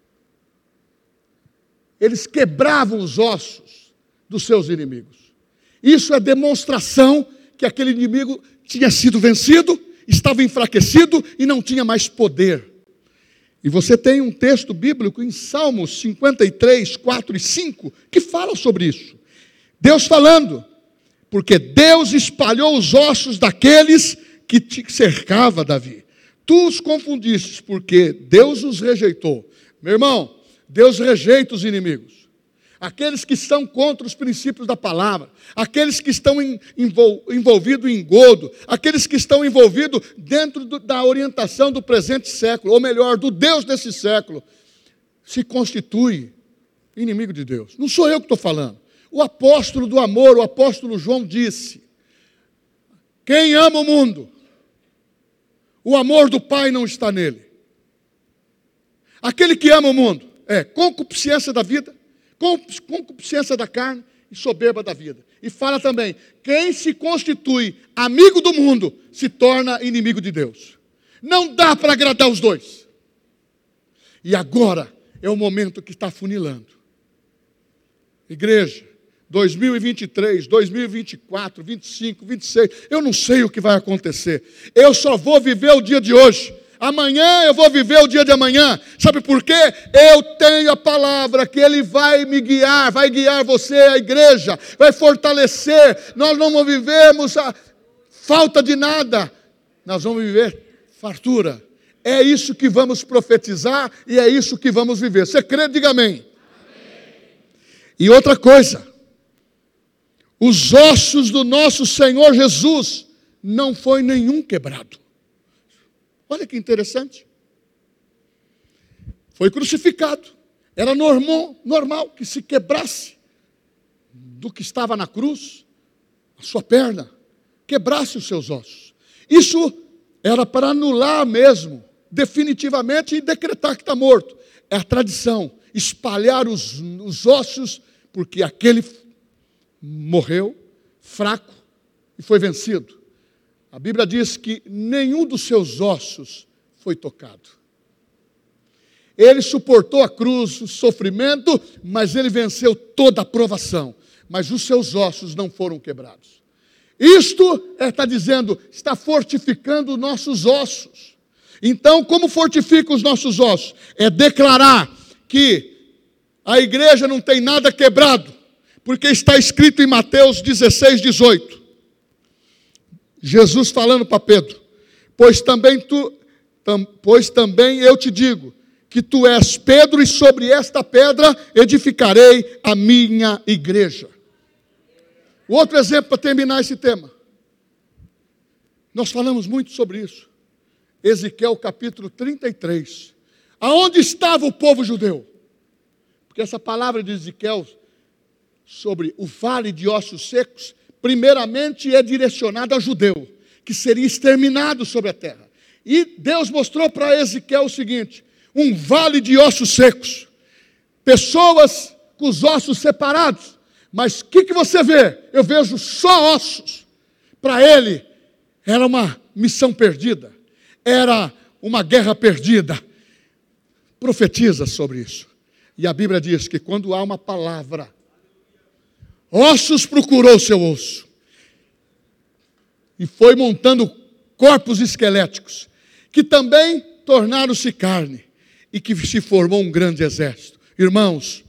Eles quebravam os ossos dos seus inimigos. Isso é demonstração que aquele inimigo tinha sido vencido, estava enfraquecido e não tinha mais poder. E você tem um texto bíblico em Salmos cinquenta e três, quatro e cinco, que fala sobre isso. Deus falando, porque Deus espalhou os ossos daqueles que te cercava, Davi. Tu os confundistes, porque Deus os rejeitou. Meu irmão, Deus rejeita os inimigos. Aqueles que estão contra os princípios da palavra, aqueles que estão em, envol, envolvidos em engodo, aqueles que estão envolvidos dentro do, da orientação do presente século, ou melhor, do Deus desse século, se constitui inimigo de Deus. Não sou eu que estou falando. O apóstolo do amor, o apóstolo João disse, quem ama o mundo, o amor do Pai não está nele. Aquele que ama o mundo é concupiscência da vida, concupiscência da carne e soberba da vida. E fala também, quem se constitui amigo do mundo, se torna inimigo de Deus. Não dá para agradar os dois. E agora é o momento que está funilando. Igreja, dois mil e vinte e três, dois mil e vinte e quatro, vinte e cinco, vinte e seis, eu não sei o que vai acontecer. Eu só vou viver o dia de hoje. Amanhã eu vou viver o dia de amanhã. Sabe por quê? Eu tenho a palavra que Ele vai me guiar, vai guiar você, a igreja, vai fortalecer. Nós não vamos vivermos a falta de nada, nós vamos viver fartura. É isso que vamos profetizar e é isso que vamos viver. Você crê? Diga amém. Amém. E outra coisa, os ossos do nosso Senhor Jesus não foi nenhum quebrado. Olha que interessante. Foi crucificado. Era normal, normal que se quebrasse do que estava na cruz, a sua perna, quebrasse os seus ossos. Isso era para anular mesmo, definitivamente, e decretar que está morto. É a tradição, espalhar os, os ossos, porque aquele morreu fraco e foi vencido. A Bíblia diz que nenhum dos seus ossos foi tocado. Ele suportou a cruz, o sofrimento, mas ele venceu toda a provação. Mas os seus ossos não foram quebrados. Isto está dizendo, está fortificando nossos ossos. Então, como fortifica os nossos ossos? É declarar que a igreja não tem nada quebrado, porque está escrito em Mateus dezesseis, dezoito. Jesus falando para Pedro, pois também, tu, tam, pois também eu te digo, que tu és Pedro, e sobre esta pedra edificarei a minha igreja. O outro exemplo para terminar esse tema. Nós falamos muito sobre isso. Ezequiel capítulo trinta e três. Aonde estava o povo judeu? Porque essa palavra de Ezequiel sobre o vale de ossos secos, primeiramente é direcionada ao judeu, que seria exterminado sobre a terra. E Deus mostrou para Ezequiel o seguinte, um vale de ossos secos, pessoas com os ossos separados, mas o que, que você vê? Eu vejo só ossos. Para ele, era uma missão perdida, era uma guerra perdida. Profetiza sobre isso. E a Bíblia diz que quando há uma palavra, ossos procurou o seu osso, e foi montando corpos esqueléticos, que também tornaram-se carne, e que se formou um grande exército. Irmãos,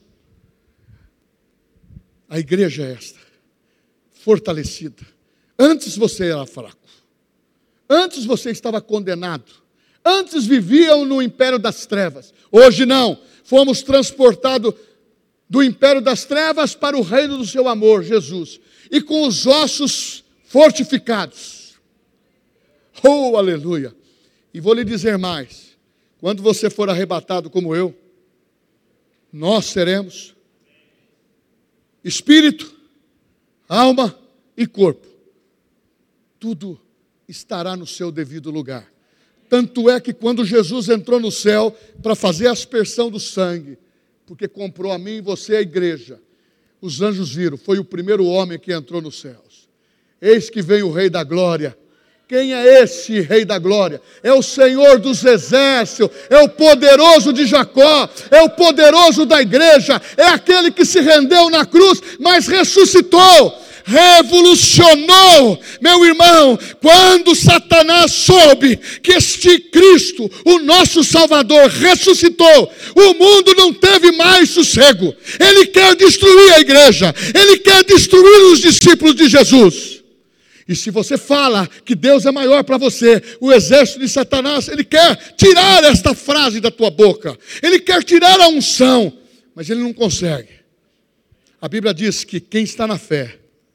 a igreja é esta, fortalecida. Antes você era fraco, antes você estava condenado, antes viviam no império das trevas, hoje não, fomos transportados do império das trevas para o reino do seu amor, Jesus, e com os ossos fortificados. Oh, aleluia! E vou lhe dizer mais, quando você for arrebatado como eu, nós seremos espírito, alma e corpo. Tudo estará no seu devido lugar. Tanto é que quando Jesus entrou no céu para fazer a aspersão do sangue, porque comprou a mim e você a igreja, os anjos viram, foi o primeiro homem que entrou nos céus. Eis que vem o Rei da Glória. Quem é esse Rei da Glória? É o Senhor dos Exércitos, é o poderoso de Jacó, é o poderoso da igreja, é aquele que se rendeu na cruz, mas ressuscitou, revolucionou. Meu irmão, quando Satanás soube que este Cristo, o nosso Salvador, ressuscitou, o mundo não teve mais sossego. Ele quer destruir a igreja, ele quer destruir os discípulos de Jesus. E se você fala que Deus é maior para você, o exército de Satanás, ele quer tirar esta frase da tua boca. Ele quer tirar a unção, mas ele não consegue. A Bíblia diz que quem está na fé,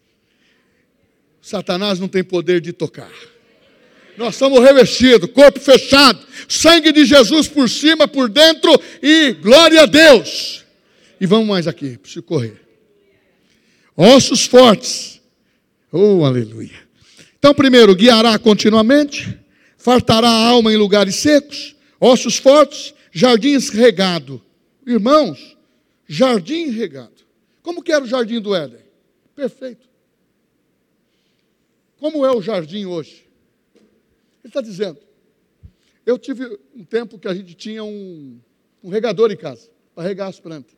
Satanás não tem poder de tocar. Nós estamos revestidos, corpo fechado, sangue de Jesus por cima, por dentro, e glória a Deus. E vamos mais aqui, preciso correr. Ossos fortes. Oh, aleluia. Então, primeiro, guiará continuamente, fartará a alma em lugares secos, ossos fortes, jardins regado. Irmãos, jardim regado. Como que era o jardim do Éden? Perfeito. Como é o jardim hoje? Ele está dizendo, eu tive um tempo que a gente tinha um, um regador em casa, para regar as plantas.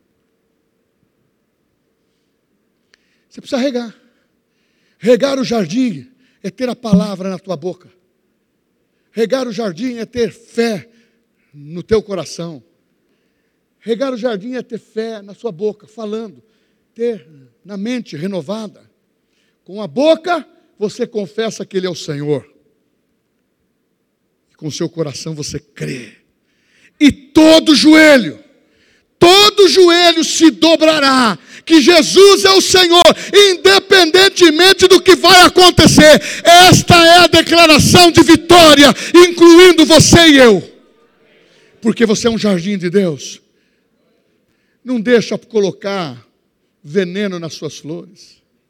Você precisa regar. Regar o jardim é ter a palavra na tua boca. Regar o jardim é ter fé no teu coração. Regar o jardim é ter fé na sua boca, falando. Ter na mente renovada. Com a boca, você confessa que Ele é o Senhor. E com o seu coração você crê. E todo joelho, todo joelho se dobrará, que Jesus é o Senhor, independentemente do que vai acontecer. Esta é a declaração de vitória, incluindo você e eu. Porque você é um jardim de Deus. Não deixa colocar veneno nas suas flores.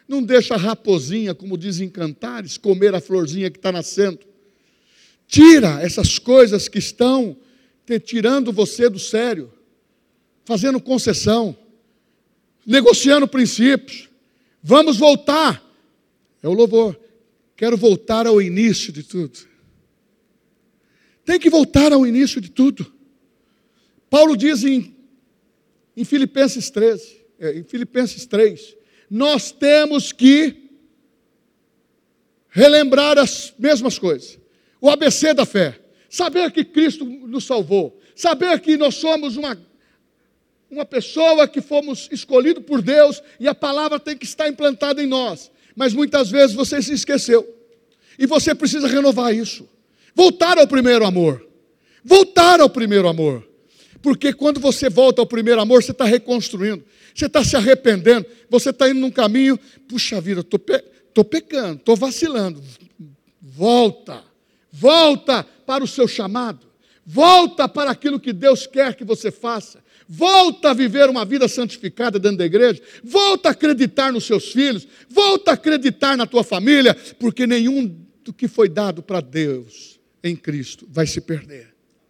Não deixa a raposinha, como dizem Cantares, comer a florzinha que está nascendo. Tira essas coisas que estão te tirando você do sério, fazendo concessão, negociando princípios. Vamos voltar. É o louvor. Quero voltar ao início de tudo. Tem que voltar ao início de tudo. Paulo diz em, em Filipenses treze, é, em Filipenses três, nós temos que relembrar as mesmas coisas. O A B C da fé. Saber que Cristo nos salvou. Saber que nós somos uma, uma pessoa que fomos escolhidos por Deus e a palavra tem que estar implantada em nós. Mas muitas vezes você se esqueceu. E você precisa renovar isso. Voltar ao primeiro amor. Voltar ao primeiro amor. Porque quando você volta ao primeiro amor, você está reconstruindo. Você está se arrependendo. Você está indo num caminho. Puxa vida, estou pe pecando, estou vacilando. Volta. Volta para o seu chamado. Volta para aquilo que Deus quer que você faça. Volta a viver uma vida santificada dentro da igreja. Volta a acreditar nos seus filhos. Volta a acreditar na tua família. Porque nenhum do que foi dado para Deus em Cristo vai se perder.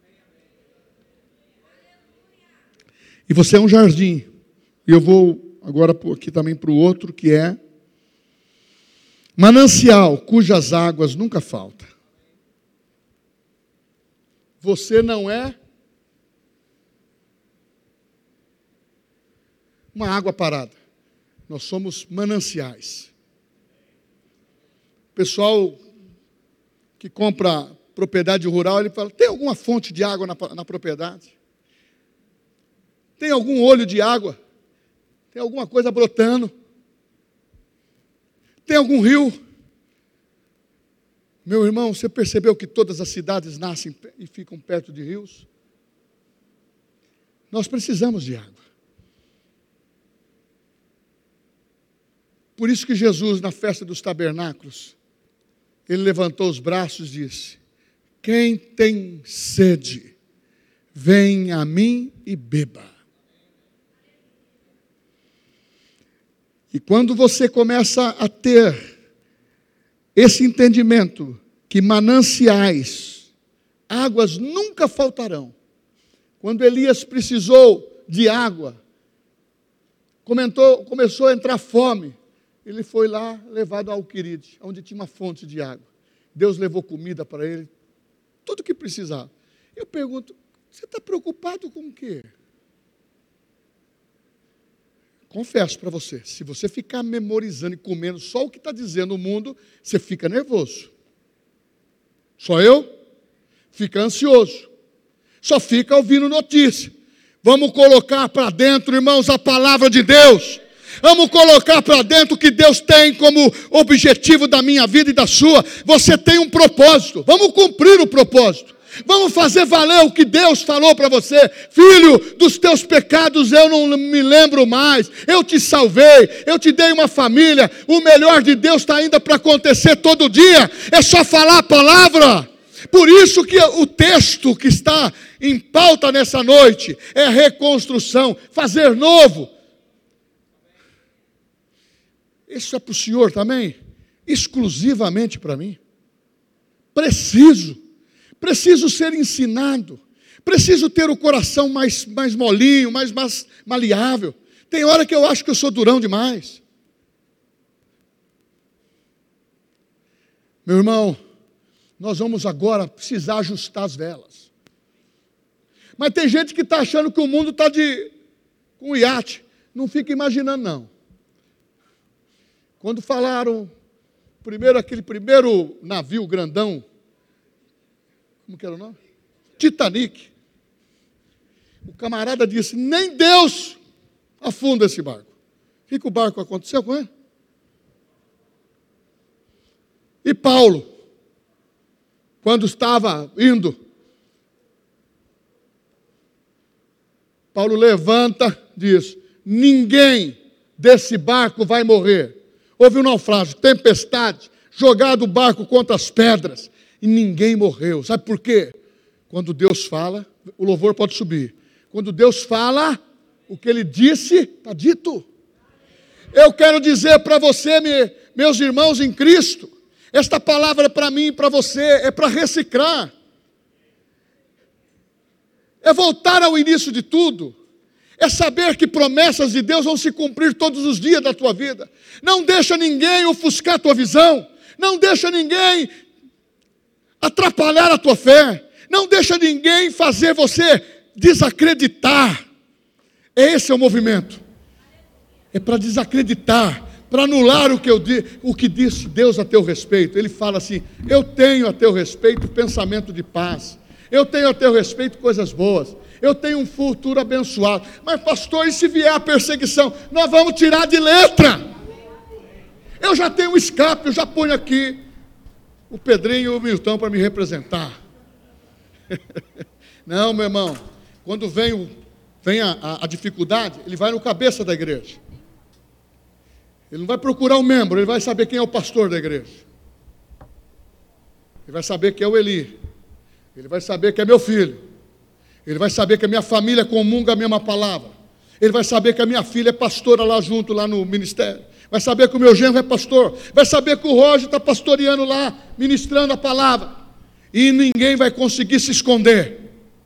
E você é um jardim. E eu vou agora aqui também para o outro, que é manancial, cujas águas nunca faltam. Você não é uma água parada. Nós somos mananciais. O pessoal que compra propriedade rural, ele fala, tem alguma fonte de água na, na propriedade? Tem algum olho de água? Tem alguma coisa brotando? Tem algum rio? Meu irmão, você percebeu que todas as cidades nascem e ficam perto de rios? Nós precisamos de água. Por isso que Jesus, na festa dos tabernáculos, ele levantou os braços e disse, quem tem sede, vem a mim e beba. E quando você começa a ter esse entendimento que mananciais, águas nunca faltarão. Quando Elias precisou de água, comentou, começou a entrar fome, ele foi lá levado ao Querite, onde tinha uma fonte de água. Deus levou comida para ele, tudo o que precisava. Eu pergunto, você está preocupado com o quê? Confesso para você, se você ficar memorizando e comendo só o que está dizendo o mundo, você fica nervoso. Só eu? Fica ansioso. Só fica ouvindo notícia. Vamos colocar para dentro, irmãos, a palavra de Deus. Vamos colocar para dentro o que Deus tem como objetivo da minha vida e da sua. Você tem um propósito. Vamos cumprir o propósito. Vamos fazer valer o que Deus falou para você. Filho, dos teus pecados eu não me lembro mais. Eu te salvei, eu te dei uma família. O melhor de Deus está ainda para acontecer todo dia. É só falar a palavra. Por isso que o texto que está em pauta nessa noite é reconstrução, fazer novo. Isso é para o senhor também? Exclusivamente para mim? Preciso. Preciso ser ensinado. Preciso ter o coração mais, mais molinho, mais, mais maleável. Tem hora que eu acho que eu sou durão demais. Meu irmão, nós vamos agora precisar ajustar as velas. Mas tem gente que está achando que o mundo está de com iate. Não fica imaginando, não. Quando falaram, primeiro aquele primeiro navio grandão, como que era o nome? Titanic. O camarada disse, nem Deus afunda esse barco. O que, que o barco aconteceu com ele? E Paulo, quando estava indo, Paulo levanta, diz, ninguém desse barco vai morrer. Houve um naufrágio, tempestade, jogado o barco contra as pedras. E ninguém morreu. Sabe por quê? Quando Deus fala, o louvor pode subir. Quando Deus fala, o que Ele disse, está dito. Eu quero dizer para você, meus irmãos em Cristo, esta palavra é para mim e para você, é para reciclar. É voltar ao início de tudo. É saber que promessas de Deus vão se cumprir todos os dias da tua vida. Não deixa ninguém ofuscar a tua visão. Não deixa ninguém atrapalhar a tua fé. Não deixa ninguém fazer você desacreditar. Esse é o movimento. É para desacreditar, para anular o que, eu, o que disse Deus a teu respeito. Ele fala assim: eu tenho a teu respeito pensamento de paz. Eu tenho a teu respeito coisas boas. Eu tenho um futuro abençoado. Mas pastor, e se vier a perseguição? Nós vamos tirar de letra. Eu já tenho um escape, eu já ponho aqui o Pedrinho e o Milton para me representar. Não, meu irmão, quando vem, o, vem a, a, a dificuldade, ele vai no cabeça da igreja. Ele não vai procurar um membro, ele vai saber quem é o pastor da igreja. Ele vai saber que é o Eli. Ele vai saber que é meu filho. Ele vai saber que a minha família comunga a mesma palavra. Ele vai saber que a minha filha é pastora lá junto, lá no ministério. Vai saber que o meu genro é pastor. Vai saber que o Roger está pastoreando lá, ministrando a palavra. E ninguém vai conseguir se esconder.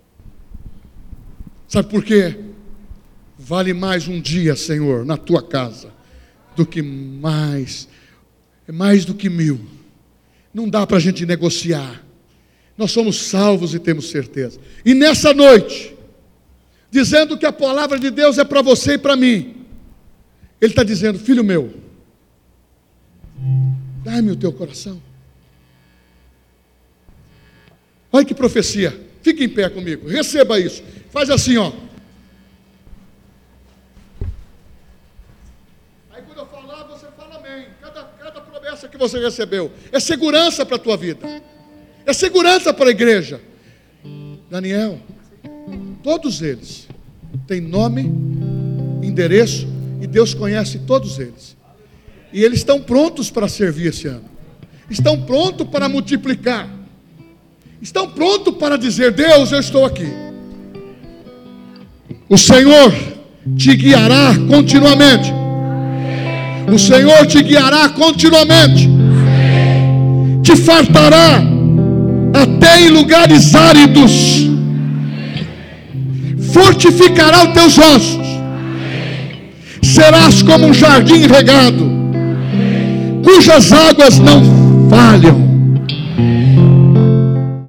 Sabe por quê? Vale mais um dia, Senhor, na tua casa, do que mais, mais do que mil. Não dá para a gente negociar. Nós somos salvos e temos certeza. E nessa noite, dizendo que a palavra de Deus é para você e para mim, Ele está dizendo: filho meu, dá-me o teu coração. Olha que profecia. Fique em pé comigo, receba isso. Faz assim, ó. Aí quando eu falar, você fala amém. Cada, cada promessa que você recebeu é segurança para a tua vida. É segurança para a igreja. Daniel, todos eles têm nome, endereço, e Deus conhece todos eles. E eles estão prontos para servir esse ano. Estão prontos para multiplicar. Estão prontos para dizer: Deus, eu estou aqui. O Senhor te guiará continuamente. O Senhor te guiará continuamente. Te fartará até em lugares áridos. Fortificará os teus ossos. Serás como um jardim regado, cujas águas não falham.